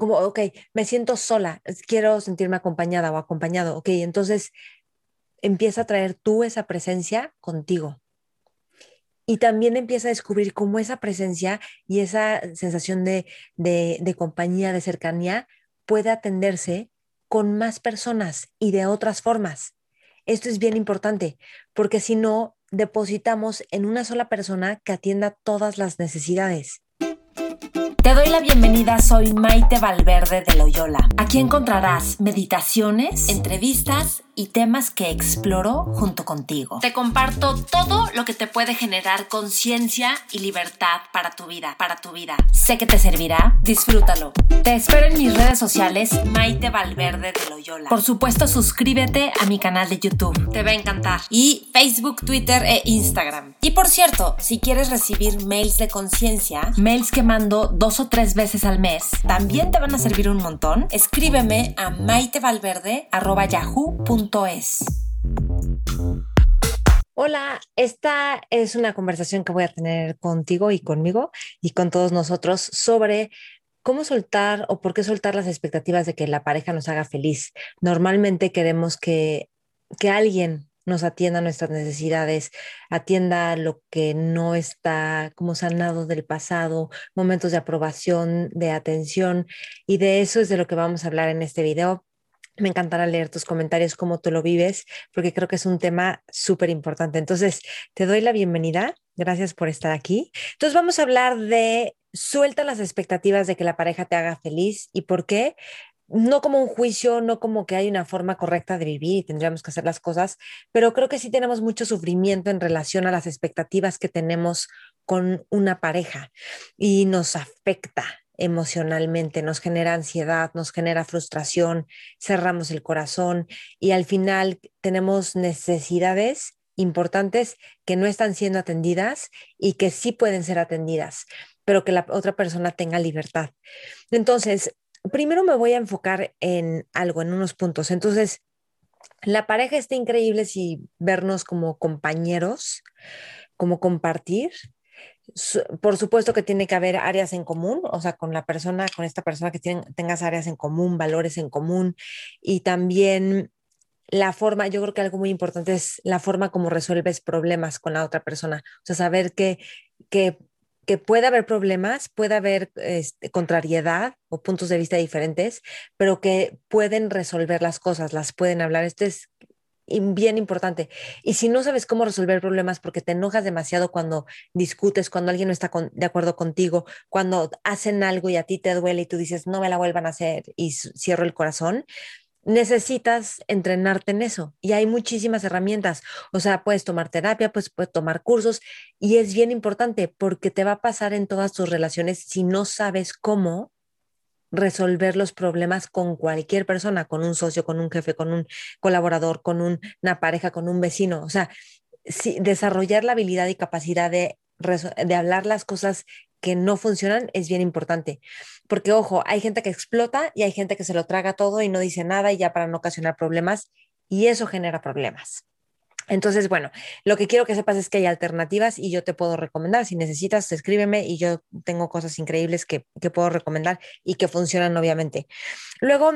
como, ok, me siento sola, quiero sentirme acompañada o acompañado, ok, entonces empieza a traer tú esa presencia contigo. Y también empieza a descubrir cómo esa presencia y esa sensación de compañía, de cercanía, puede atenderse con más personas y de otras formas. Esto es bien importante, porque si no, depositamos en una sola persona que atienda todas las necesidades. Te doy la bienvenida, soy Maite Valverde de Loyola. Aquí encontrarás meditaciones, entrevistas y temas que exploro junto contigo. Te comparto todo lo que te puede generar conciencia y libertad para tu vida, Sé que te servirá, disfrútalo. Te espero en mis redes sociales, Maite Valverde de Loyola. Por supuesto, suscríbete a mi canal de YouTube, te va a encantar. Y Facebook, Twitter e Instagram. Y por cierto, si quieres recibir mails de conciencia, mails que mando 2 o 3 veces al mes, también te van a servir un montón. Escríbeme a maitevalverde@yahoo.es. Hola, esta es una conversación que voy a tener contigo y conmigo y con todos nosotros sobre cómo soltar o por qué soltar las expectativas de que la pareja nos haga feliz. Normalmente queremos que alguien nos atienda nuestras necesidades, atienda lo que no está como sanado del pasado, momentos de aprobación, de atención, y de eso es de lo que vamos a hablar en este video. Me encantará leer tus comentarios, cómo tú lo vives, porque creo que es un tema súper importante. Entonces, te doy la bienvenida. Gracias por estar aquí. Entonces, vamos a hablar de suelta las expectativas de que la pareja te haga feliz y por qué. No como un juicio, no como que hay una forma correcta de vivir y tendríamos que hacer las cosas, pero creo que sí tenemos mucho sufrimiento en relación a las expectativas que tenemos con una pareja y nos afecta emocionalmente, nos genera ansiedad, nos genera frustración, cerramos el corazón y al final tenemos necesidades importantes que no están siendo atendidas y que sí pueden ser atendidas, pero que la otra persona tenga libertad. Entonces, primero me voy a enfocar en algo, en unos puntos. Entonces, la pareja está increíble si vernos como compañeros, como compartir. Por supuesto que tiene que haber áreas en común, o sea, con la persona, con esta persona que tengas áreas en común, valores en común y también la forma, yo creo que algo muy importante es la forma como resuelves problemas con la otra persona. O sea, saber que, que puede haber problemas, puede haber contrariedad o puntos de vista diferentes, pero que pueden resolver las cosas, las pueden hablar. Esto es bien importante. Y si no sabes cómo resolver problemas porque te enojas demasiado cuando discutes, cuando alguien no está de acuerdo contigo, cuando hacen algo y a ti te duele y tú dices, no me la vuelvan a hacer y cierro el corazón, necesitas entrenarte en eso y hay muchísimas herramientas. O sea, puedes tomar terapia, pues puedes tomar cursos y es bien importante porque te va a pasar en todas tus relaciones si no sabes cómo resolver los problemas con cualquier persona, con un socio, con un jefe, con un colaborador, con una pareja, con un vecino. O sea, sí, desarrollar la habilidad y capacidad de hablar las cosas que no funcionan es bien importante. Porque, ojo, hay gente que explota y hay gente que se lo traga todo y no dice nada y ya para no ocasionar problemas y eso genera problemas. Entonces, bueno, lo que quiero que sepas es que hay alternativas y yo te puedo recomendar. Si necesitas, escríbeme y yo tengo cosas increíbles que puedo recomendar y que funcionan, obviamente. Luego,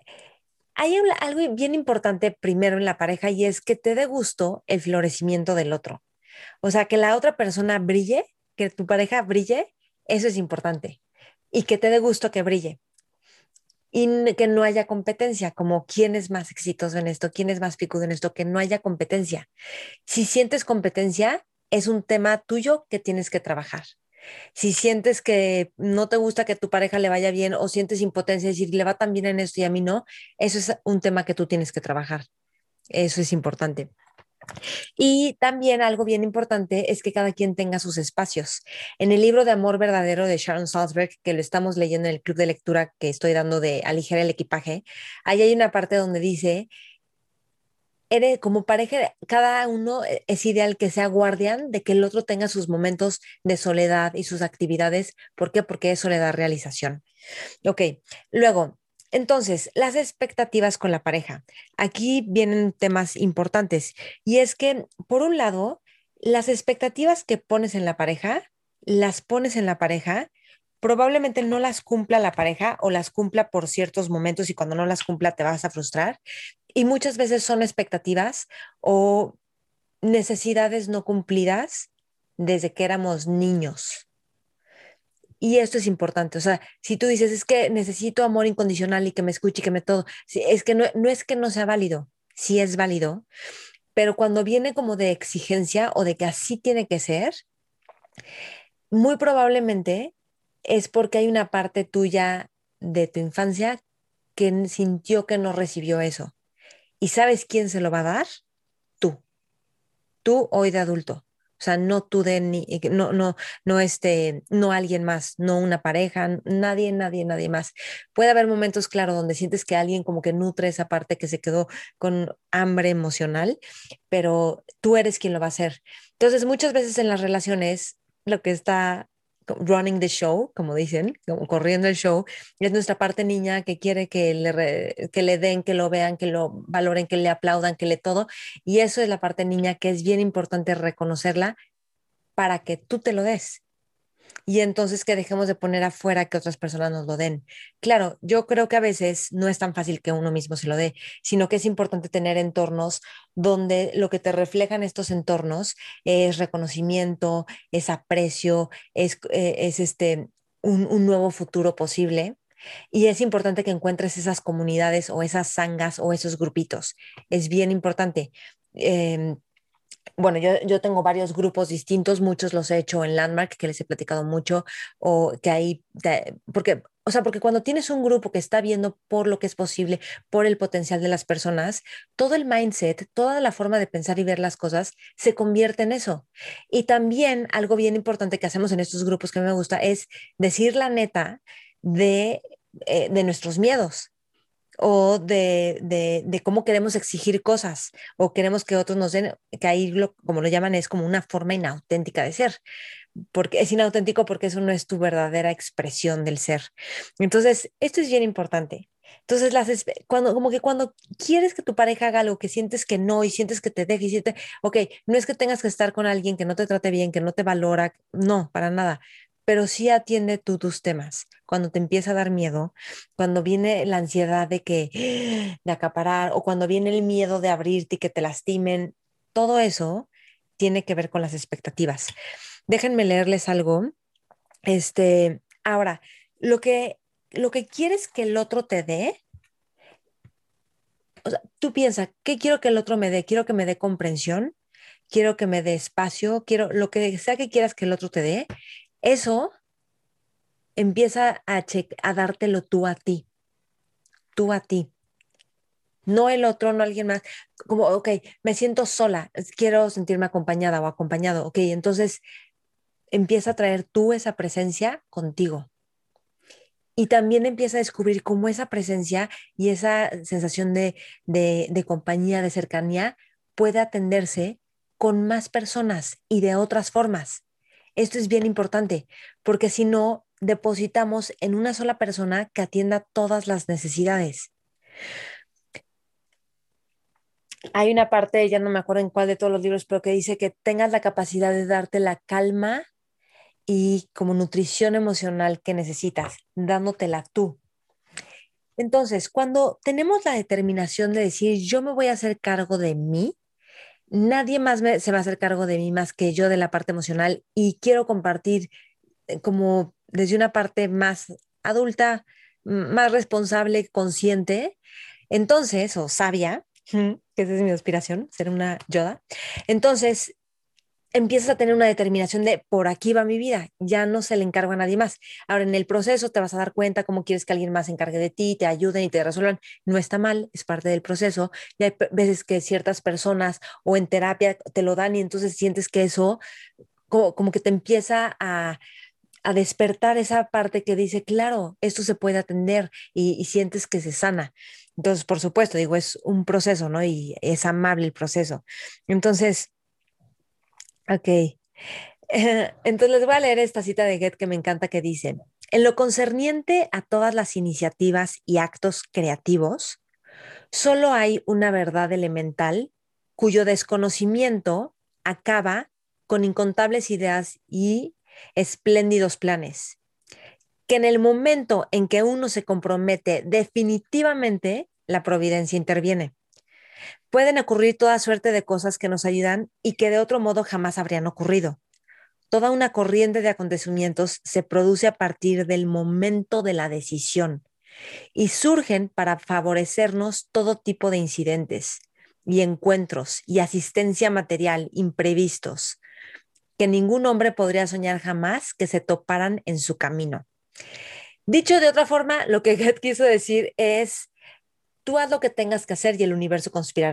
hay algo bien importante primero en la pareja y es que te dé gusto el florecimiento del otro. O sea, que la otra persona brille, que tu pareja brille, eso es importante. Y que te dé gusto que brille. Y que no haya competencia, como quién es más exitoso en esto, quién es más picudo en esto, que no haya competencia. Si sientes competencia, es un tema tuyo que tienes que trabajar. Si sientes que no te gusta que tu pareja le vaya bien o sientes impotencia, decir, le va tan bien en esto y a mí no, eso es un tema que tú tienes que trabajar. Eso es importante. Y también algo bien importante es que cada quien tenga sus espacios. En el libro de Amor Verdadero de Sharon Salzberg, que lo estamos leyendo en el club de lectura que estoy dando de Aligerar el Equipaje, ahí hay una parte donde dice, eres como pareja, cada uno es ideal que sea guardián de que el otro tenga sus momentos de soledad y sus actividades. ¿Por qué? Porque eso le da realización. Ok, luego, entonces, las expectativas con la pareja. Aquí vienen temas importantes y es que, por un lado, las expectativas que pones en la pareja, las pones en la pareja probablemente no las cumpla la pareja o las cumpla por ciertos momentos y cuando no las cumpla te vas a frustrar. Y muchas veces son expectativas o necesidades no cumplidas desde que éramos niños. Y esto es importante, o sea, si tú dices, es que necesito amor incondicional y que me escuche y que me todo, sí, es que no es que no sea válido, sí es válido, pero cuando viene como de exigencia o de que así tiene que ser, muy probablemente es porque hay una parte tuya de tu infancia que sintió que no recibió eso. ¿Y sabes quién se lo va a dar? Tú, tú hoy de adulto. O sea, no tú de ni, no alguien más, no una pareja, nadie más. Puede haber momentos, claro, donde sientes que alguien como que nutre esa parte que se quedó con hambre emocional, pero tú eres quien lo va a hacer. Entonces, muchas veces en las relaciones, lo que está running the show, como dicen, como corriendo el show, es nuestra parte niña que quiere que le den, que lo vean, que lo valoren, que le aplaudan, que le todo. Y eso es la parte niña que es bien importante reconocerla para que tú te lo des. Y entonces que dejemos de poner afuera que otras personas nos lo den. Claro, yo creo que a veces no es tan fácil que uno mismo se lo dé, sino que es importante tener entornos donde lo que te reflejan estos entornos es reconocimiento, es aprecio, es un nuevo futuro posible. Y es importante que encuentres esas comunidades o esas sangas o esos grupitos. Es bien importante. Em, bueno, yo tengo varios grupos distintos, muchos los he hecho en Landmark, que les he platicado mucho, o que ahí, porque, o sea, porque cuando tienes un grupo que está viendo por lo que es posible, por el potencial de las personas, todo el mindset, toda la forma de pensar y ver las cosas se convierte en eso. Y también algo bien importante que hacemos en estos grupos que me gusta es decir la neta de, de nuestros miedos o de cómo queremos exigir cosas o queremos que otros nos den, que ahí como lo llaman es como una forma inauténtica de ser, porque es inauténtico porque eso no es tu verdadera expresión del ser. Entonces, esto es bien importante. Entonces, cuando, como que cuando quieres que tu pareja haga algo que sientes que no y sientes que te deja y sientes, ok, no es que tengas que estar con alguien que no te trate bien, que no te valora, no, para nada, pero sí atiende tú tus temas. Cuando te empieza a dar miedo, cuando viene la ansiedad de que, de acaparar, o cuando viene el miedo de abrirte y que te lastimen, todo eso tiene que ver con las expectativas. Déjenme leerles algo. Ahora, lo que, lo que quieres que el otro te dé, o sea, tú piensas, ¿qué quiero que el otro me dé? Quiero que me dé comprensión, quiero que me dé espacio, quiero lo que sea que quieras que el otro te dé, eso empieza a dártelo tú a ti. No el otro, no alguien más, como, ok, me siento sola, quiero sentirme acompañada o acompañado, ok, entonces empieza a traer tú esa presencia contigo y también empieza a descubrir cómo esa presencia y esa sensación de compañía, de cercanía, puede atenderse con más personas y de otras formas. Esto es bien importante, porque si no, depositamos en una sola persona que atienda todas las necesidades. Hay una parte, ya no me acuerdo en cuál de todos los libros, pero que dice que tengas la capacidad de darte la calma y como nutrición emocional que necesitas, dándotela tú. Entonces, cuando tenemos la determinación de decir, yo me voy a hacer cargo de mí, nadie más se va a hacer cargo de mí más que yo de la parte emocional y quiero compartir como desde una parte más adulta, más responsable, consciente, entonces, o sabia, que esa es mi aspiración, ser una Yoda, entonces empiezas a tener una determinación de por aquí va mi vida, ya no se le encarga a nadie más. Ahora en el proceso te vas a dar cuenta cómo quieres que alguien más se encargue de ti, te ayuden y te resuelvan. No está mal, es parte del proceso. Y hay veces que ciertas personas o en terapia te lo dan y entonces sientes que eso como que te empieza a despertar esa parte que dice, claro, esto se puede atender y sientes que se sana. Entonces, por supuesto, digo, es un proceso, ¿no? Y es amable el proceso. Entonces, ok. Entonces les voy a leer esta cita de Goethe que me encanta que dice, en lo concerniente a todas las iniciativas y actos creativos, solo hay una verdad elemental cuyo desconocimiento acaba con incontables ideas y espléndidos planes. que en el momento en que uno se compromete, definitivamente la providencia interviene. Pueden ocurrir toda suerte de cosas que nos ayudan y que de otro modo jamás habrían ocurrido. Toda una corriente de acontecimientos se produce a partir del momento de la decisión y surgen para favorecernos todo tipo de incidentes y encuentros y asistencia material imprevistos que ningún hombre podría soñar jamás que se toparan en su camino. Dicho de otra forma, lo que Goethe quiso decir es, tú haz lo que tengas que hacer y el universo conspirará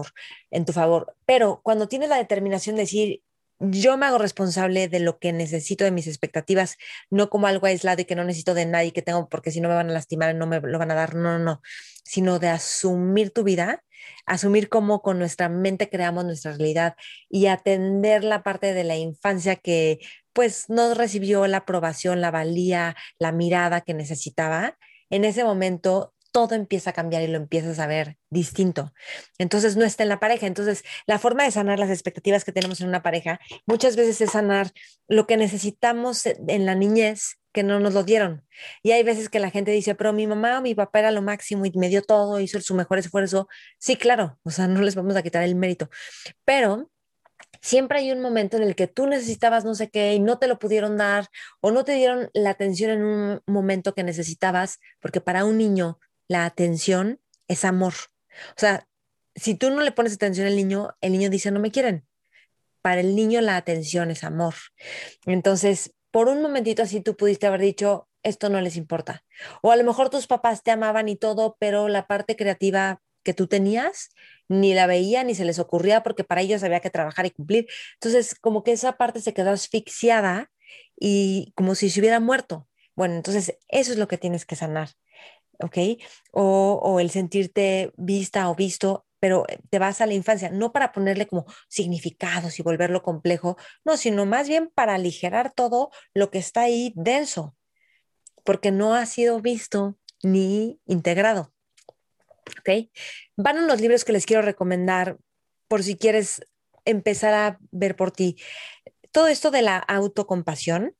en tu favor. Pero cuando tienes la determinación de decir, yo me hago responsable de lo que necesito, de mis expectativas, no como algo aislado y que no necesito de nadie, que tengo, porque si no me van a lastimar, no me lo van a dar, no, no, no, sino de asumir tu vida, asumir cómo con nuestra mente creamos nuestra realidad y atender la parte de la infancia que pues no recibió la aprobación, la valía, la mirada que necesitaba. En ese momento todo empieza a cambiar y lo empiezas a ver distinto. Entonces no está en la pareja. Entonces la forma de sanar las expectativas que tenemos en una pareja muchas veces es sanar lo que necesitamos en la niñez que no nos lo dieron. Y hay veces que la gente dice, pero mi mamá o mi papá era lo máximo y me dio todo, hizo su mejor esfuerzo. Sí, claro, o sea, no les vamos a quitar el mérito, pero siempre hay un momento en el que tú necesitabas no sé qué y no te lo pudieron dar o no te dieron la atención en un momento que necesitabas, porque para un niño la atención es amor. O sea, si tú no le pones atención al niño, el niño dice, no me quieren. Para el niño la atención es amor. Entonces, por un momentito así tú pudiste haber dicho, esto no les importa. O a lo mejor tus papás te amaban y todo, pero la parte creativa que tú tenías ni la veía ni se les ocurría porque para ellos había que trabajar y cumplir. Entonces, como que esa parte se quedó asfixiada y como si se hubiera muerto. Bueno, entonces eso es lo que tienes que sanar. ¿Ok? O el sentirte vista o visto, pero te vas a la infancia, no para ponerle como significados y volverlo complejo, no, sino más bien para aligerar todo lo que está ahí denso, porque no ha sido visto ni integrado. ¿Ok? Van unos libros que les quiero recomendar por si quieres empezar a ver por ti. Todo esto de la autocompasión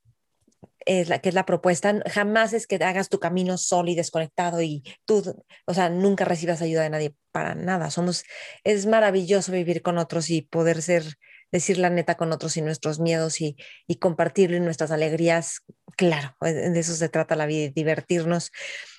que es la propuesta, jamás es que hagas tu camino solo y desconectado y tú, o sea, nunca recibas ayuda de nadie para nada. Es maravilloso vivir con otros y poder decir la neta con otros y nuestros miedos y compartirlo y nuestras alegrías. Claro, de eso se trata la vida, divertirnos.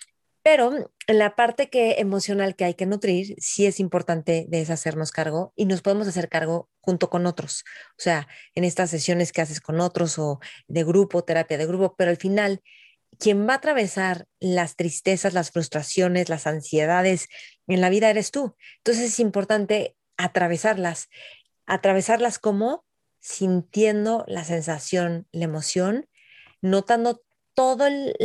Pero en la parte emocional que hay que nutrir, sí es importante deshacernos cargo y nos podemos hacer cargo junto con otros. O sea, en estas sesiones que haces con otros o de grupo, terapia de grupo, pero al final, quien va a atravesar las tristezas, las frustraciones, las ansiedades en la vida eres tú. Entonces es importante atravesarlas. Atravesarlas como sintiendo la sensación, la emoción, notando todo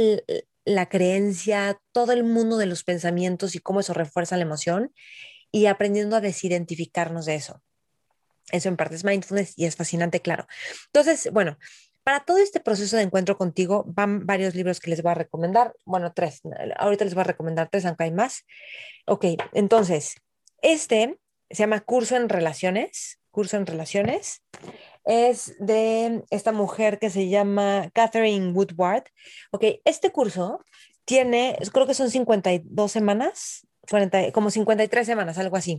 la creencia, todo el mundo de los pensamientos y cómo eso refuerza la emoción y aprendiendo a desidentificarnos de eso. Eso en parte es mindfulness y es fascinante, claro. Entonces, bueno, para todo este proceso de encuentro contigo van varios libros que les voy a recomendar. Bueno, tres. Ahorita les voy a recomendar tres, aunque hay más. Ok, entonces, este se llama Curso en Relaciones. Curso en Relaciones es de esta mujer que se llama Catherine Woodward. Ok, este curso tiene, creo que son 52 semanas, 40, como 53 semanas, algo así.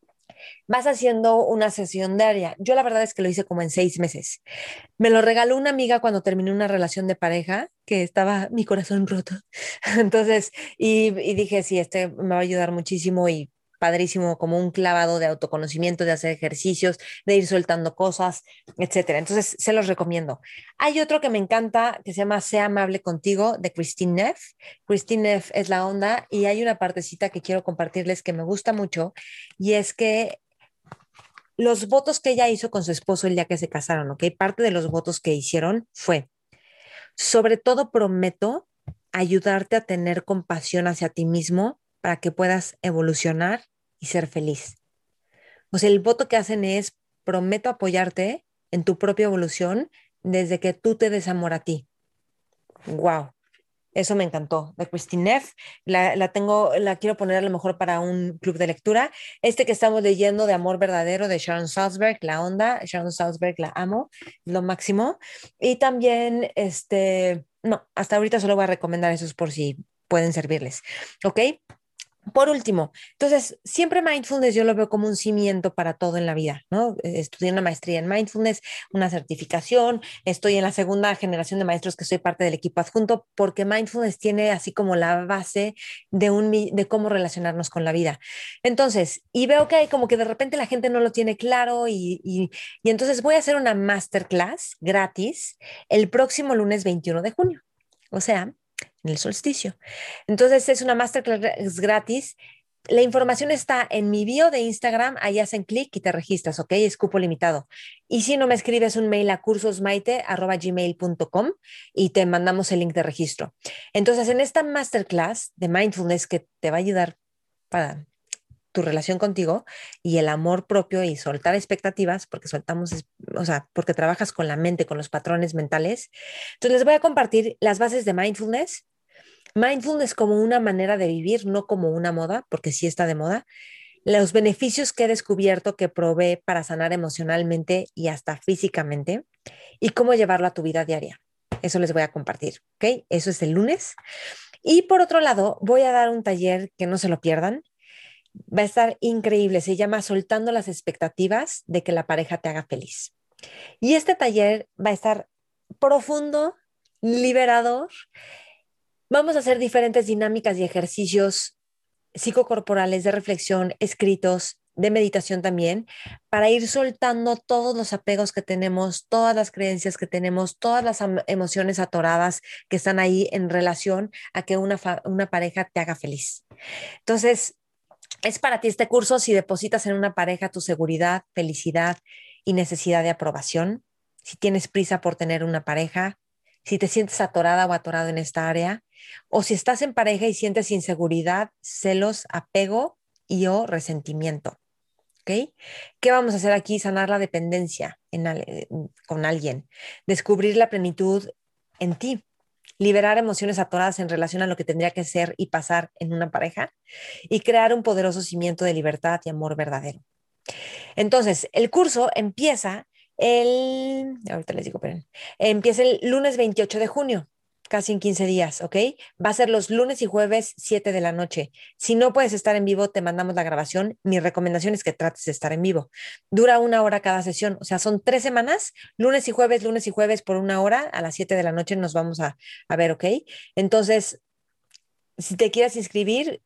Vas haciendo una sesión diaria. Yo la verdad es que lo hice como en 6 meses. Me lo regaló una amiga cuando terminé una relación de pareja, que estaba mi corazón roto. Entonces, y dije, sí, este me va a ayudar muchísimo y padrísimo, como un clavado de autoconocimiento, de hacer ejercicios, de ir soltando cosas, etcétera. Entonces, se los recomiendo. Hay otro que me encanta que se llama Sea amable contigo, de Christine Neff. Christine Neff es la onda y hay una partecita que quiero compartirles que me gusta mucho y es que los votos que ella hizo con su esposo el día que se casaron, ¿ok? Parte de los votos que hicieron fue, sobre todo prometo ayudarte a tener compasión hacia ti mismo para que puedas evolucionar y ser feliz. O sea, el voto que hacen es, prometo apoyarte en tu propia evolución desde que tú te des amor a ti. Wow. Eso me encantó, de Christine Neff. La quiero poner a lo mejor para un club de lectura. Este que estamos leyendo de Amor Verdadero de Sharon Salzberg, la onda. Sharon Salzberg la amo, lo máximo. Y también no, hasta ahorita solo voy a recomendar esos por si pueden servirles. ¿Ok? Por último, entonces, siempre mindfulness yo lo veo como un cimiento para todo en la vida, ¿no? Estudié una maestría en mindfulness, una certificación, estoy en la segunda generación de maestros que soy parte del equipo adjunto, porque mindfulness tiene así como la base de cómo relacionarnos con la vida. Entonces, y veo que hay como que de repente la gente no lo tiene claro y entonces voy a hacer una masterclass gratis el próximo lunes 21 de junio. O sea, en el solsticio. Entonces es una masterclass gratis. La información está en mi bio de Instagram, ahí hacen clic y te registras, ¿ok? Es cupo limitado. Y si no, me escribes un mail a cursosmaite@gmail.com y te mandamos el link de registro. Entonces, en esta masterclass de mindfulness que te va a ayudar para tu relación contigo y el amor propio y soltar expectativas, porque soltamos, o sea, porque trabajas con la mente, con los patrones mentales. Entonces, les voy a compartir las bases de mindfulness. Mindfulness como una manera de vivir, no como una moda, porque sí está de moda. Los beneficios que he descubierto que provee para sanar emocionalmente y hasta físicamente y cómo llevarlo a tu vida diaria. Eso les voy a compartir, ¿ok? Eso es el lunes. Y por otro lado, voy a dar un taller que no se lo pierdan. Va a estar increíble. Se llama Soltando las expectativas de que la pareja te haga feliz. Y este taller va a estar profundo, liberador. Vamos a hacer diferentes dinámicas y ejercicios psicocorporales de reflexión, escritos, de meditación también, para ir soltando todos los apegos que tenemos, todas las creencias que tenemos, todas las emociones atoradas que están ahí en relación a que una pareja te haga feliz. Entonces, es para ti este curso si depositas en una pareja tu seguridad, felicidad y necesidad de aprobación, si tienes prisa por tener una pareja, si te sientes atorada o atorado en esta área, o si estás en pareja y sientes inseguridad, celos, apego y o resentimiento. ¿Ok? ¿Qué vamos a hacer aquí? Sanar la dependencia con alguien, descubrir la plenitud en ti, liberar emociones atoradas en relación a lo que tendría que ser y pasar en una pareja y crear un poderoso cimiento de libertad y amor verdadero. Entonces, el curso ahorita les digo, pero empieza el lunes 28 de junio, casi en 15 días, ¿ok? Va a ser los lunes y jueves 7 de la noche. Si no puedes estar en vivo, te mandamos la grabación. Mi recomendación es que trates de estar en vivo. Dura 1 hora cada sesión, o sea, son 3 semanas, lunes y jueves por 1 hora, a las 7 de la noche nos vamos a ver, ¿ok? Entonces, si te quieres inscribir,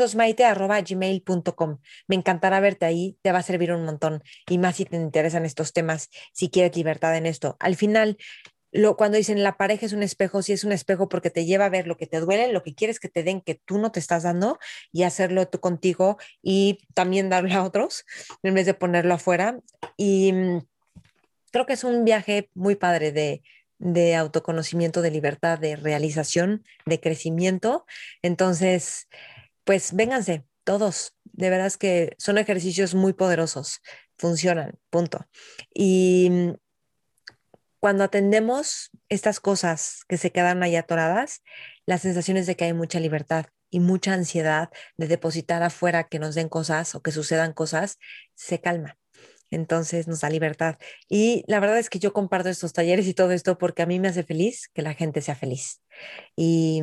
cursosmaite@gmail.com. Me encantará verte ahí, te va a servir un montón. Y más si te interesan estos temas, si quieres libertad en esto. Al final, cuando dicen la pareja es un espejo, sí es un espejo porque te lleva a ver lo que te duele, lo que quieres que te den, que tú no te estás dando, y hacerlo tú contigo y también darlo a otros, en vez de ponerlo afuera. Y creo que es un viaje muy padre de autoconocimiento, de libertad, de realización, de crecimiento. Entonces, pues vénganse, todos. De verdad es que son ejercicios muy poderosos, funcionan, punto. Y cuando atendemos estas cosas que se quedan ahí atoradas, la sensación es de que hay mucha libertad y mucha ansiedad de depositar afuera que nos den cosas o que sucedan cosas, se calma. Entonces nos da libertad. Y la verdad es que yo comparto estos talleres y todo esto porque a mí me hace feliz que la gente sea feliz. Y,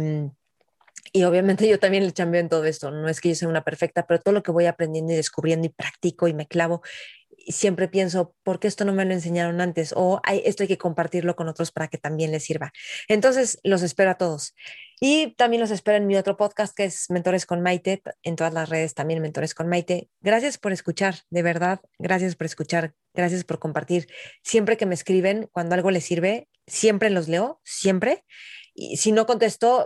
y obviamente yo también le chambeo en todo esto. No es que yo sea una perfecta, pero todo lo que voy aprendiendo y descubriendo y practico y me clavo, y siempre pienso, ¿por qué esto no me lo enseñaron antes? O esto hay que compartirlo con otros para que también les sirva. Entonces, los espero a todos. Y también los espero en mi otro podcast que es Mentores con Maite, en todas las redes también Mentores con Maite. Gracias por escuchar, de verdad, gracias por escuchar, gracias por compartir. Siempre que me escriben, cuando algo les sirve, siempre los leo, siempre. Y si no contesto,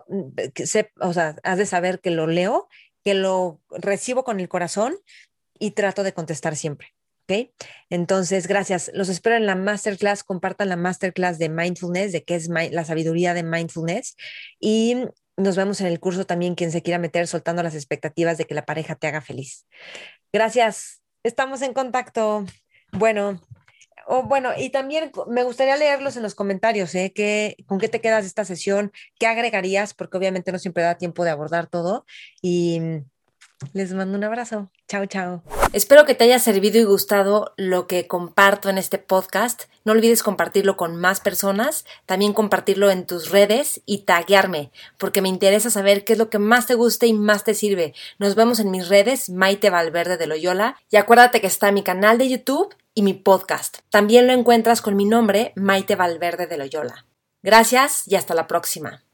o sea, has de saber que lo leo, que lo recibo con el corazón y trato de contestar siempre. ¿Ok? Entonces, gracias. Los espero en la masterclass. Compartan la masterclass de mindfulness, de qué es la sabiduría de mindfulness. Y nos vemos en el curso también, quien se quiera meter soltando las expectativas de que la pareja te haga feliz. Gracias. Estamos en contacto. Bueno, bueno, y también me gustaría leerlos en los comentarios, ¿eh? ¿Con qué te quedas de esta sesión? ¿Qué agregarías? Porque obviamente no siempre da tiempo de abordar todo. Y les mando un abrazo. Chao, chao. Espero que te haya servido y gustado lo que comparto en este podcast. No olvides compartirlo con más personas, también compartirlo en tus redes y taguearme, porque me interesa saber qué es lo que más te gusta y más te sirve. Nos vemos en mis redes, Maite Valverde de Loyola, y acuérdate que está mi canal de YouTube y mi podcast. También lo encuentras con mi nombre, Maite Valverde de Loyola. Gracias y hasta la próxima.